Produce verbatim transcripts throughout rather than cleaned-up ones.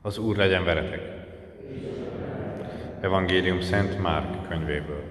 Az Úr legyen veletek! Evangélium Szent Márk könyvéből.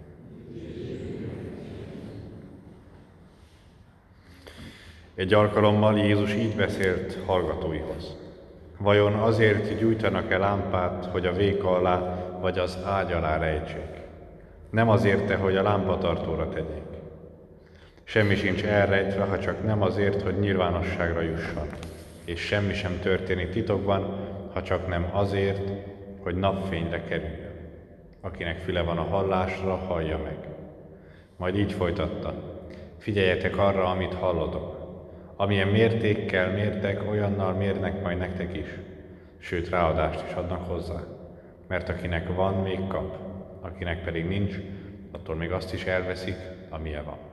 Egy alkalommal Jézus így beszélt hallgatóihoz. Vajon azért gyújtanak-e lámpát, hogy a véka alá vagy az ágy alá rejtsék? Nem azért-e, hogy a lámpatartóra tegyék? Semmi sincs elrejtve, ha csak nem azért, hogy nyilvánosságra jusson. És semmi sem történik titokban, ha csak nem azért, hogy napfényre kerüljön. Akinek füle van a hallásra, hallja meg. Majd így folytatta. Figyeljetek arra, amit hallotok. Amilyen mértékkel mértek, olyannal mérnek majd nektek is. Sőt, ráadást is adnak hozzá. Mert akinek van, még kap. Akinek pedig nincs, attól még azt is elveszik, amilyen van.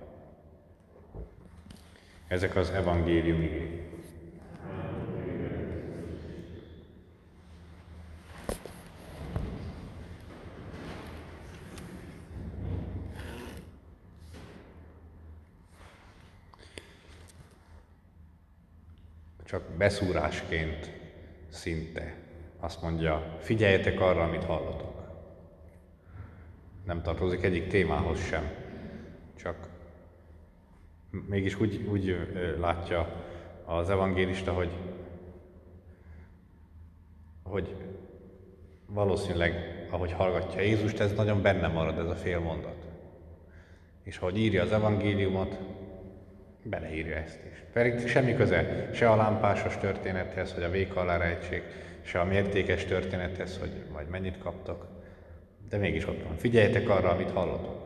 Ezek az evangélium igék. Csak beszúrásként szinte azt mondja, figyeljetek arra, amit hallotok. Nem tartozik egyik témához sem, csak mégis úgy, úgy látja az evangélista, hogy, hogy valószínűleg, ahogy hallgatja Jézust, ez nagyon benne marad, ez a fél mondat. És ahogy írja az evangéliumot, beleírja ezt is. Pedig semmi köze se a lámpásos történethez, hogy a véka alá rejtsék, se a mértékes történethez, hogy majd mennyit kaptok. De mégis ott van. Figyeljetek arra, amit hallotok.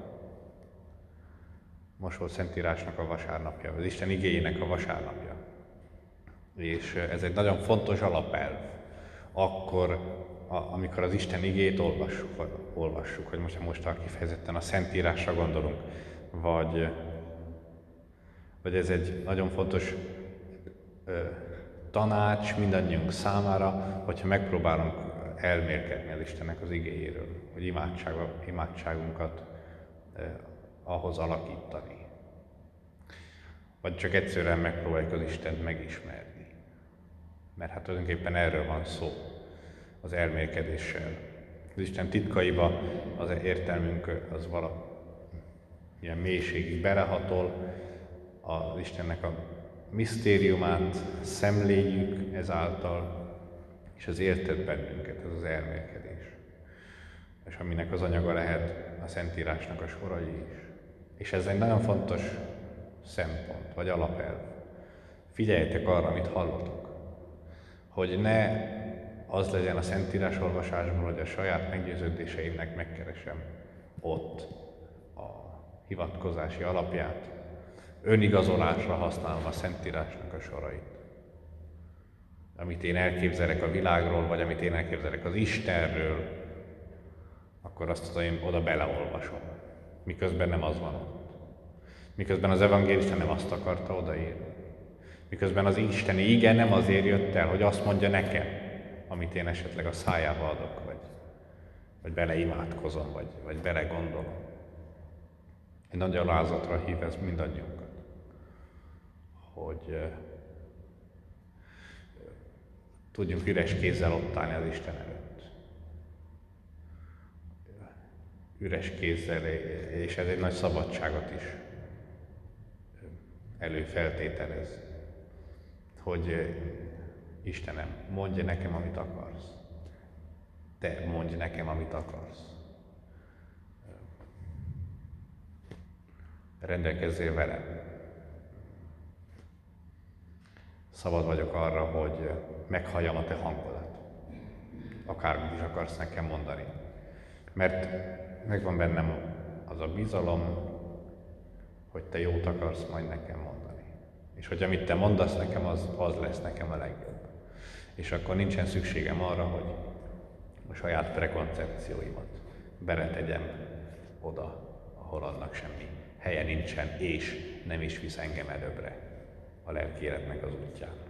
Most volt Szentírásnak a vasárnapja, az Isten igéjének a vasárnapja. És ez egy nagyon fontos alapelv. Akkor, a, amikor az Isten igéjét olvassuk, olvassuk, hogy most, most kifejezetten a Szentírásra gondolunk, vagy vagy ez egy nagyon fontos ö, tanács mindannyiunk számára, hogyha megpróbálunk elmélkedni az Istennek az igéjéről, hogy imádságunkat ö, ahhoz alakítani. Vagy csak egyszerűen megpróbáljuk az Istent megismerni. Mert hát tulajdonképpen erről van szó, az elmélkedéssel. Az Isten titkaiba az értelmünk az vala ilyen mélységig belehatol, az Istennek a misztériumát szemléljük ezáltal, és az értet bennünket, ez az elmélkedés. És aminek az anyaga lehet a Szentírásnak a sorai is. És ez egy nagyon fontos szempont, vagy alapelv. Figyeljetek arra, amit hallotok. Hogy ne az legyen a Szentírás olvasásból, hogy a saját meggyőződéseimnek megkeresem ott a hivatkozási alapját, önigazolásra használom a Szentírásnak a sorait. Amit én elképzelek a világról, vagy amit én elképzelek az Istenről, akkor azt én oda beleolvasom. Miközben nem az van ott. Miközben az evangélista nem azt akarta odaírni. Miközben az isteni ige nem azért jött el, hogy azt mondja nekem, amit én esetleg a szájába adok, vagy, vagy beleimádkozom, vagy, vagy belegondolom. Egy nagy alázatra hív ez mindannyiunkat, hogy uh, tudjunk üres kézzel ott állni az Isten előtt. Üres kézzel, és ez egy nagy szabadságot is előfeltételez, hogy uh, Istenem, mondj nekem, amit akarsz. Te mondj nekem, amit akarsz. Rendelkezzél velem. Szabad vagyok arra, hogy meghalljam a te hangodat. Akármit is akarsz nekem mondani. Mert megvan bennem az a bizalom, hogy te jót akarsz majd nekem mondani. És hogy amit te mondasz nekem, az, az lesz nekem a legjobb. És akkor nincsen szükségem arra, hogy a saját prekoncepcióimat beletegyem oda, ahol annak semmi helye nincsen, és nem is visz engem előbbre a lelki életnek az útján.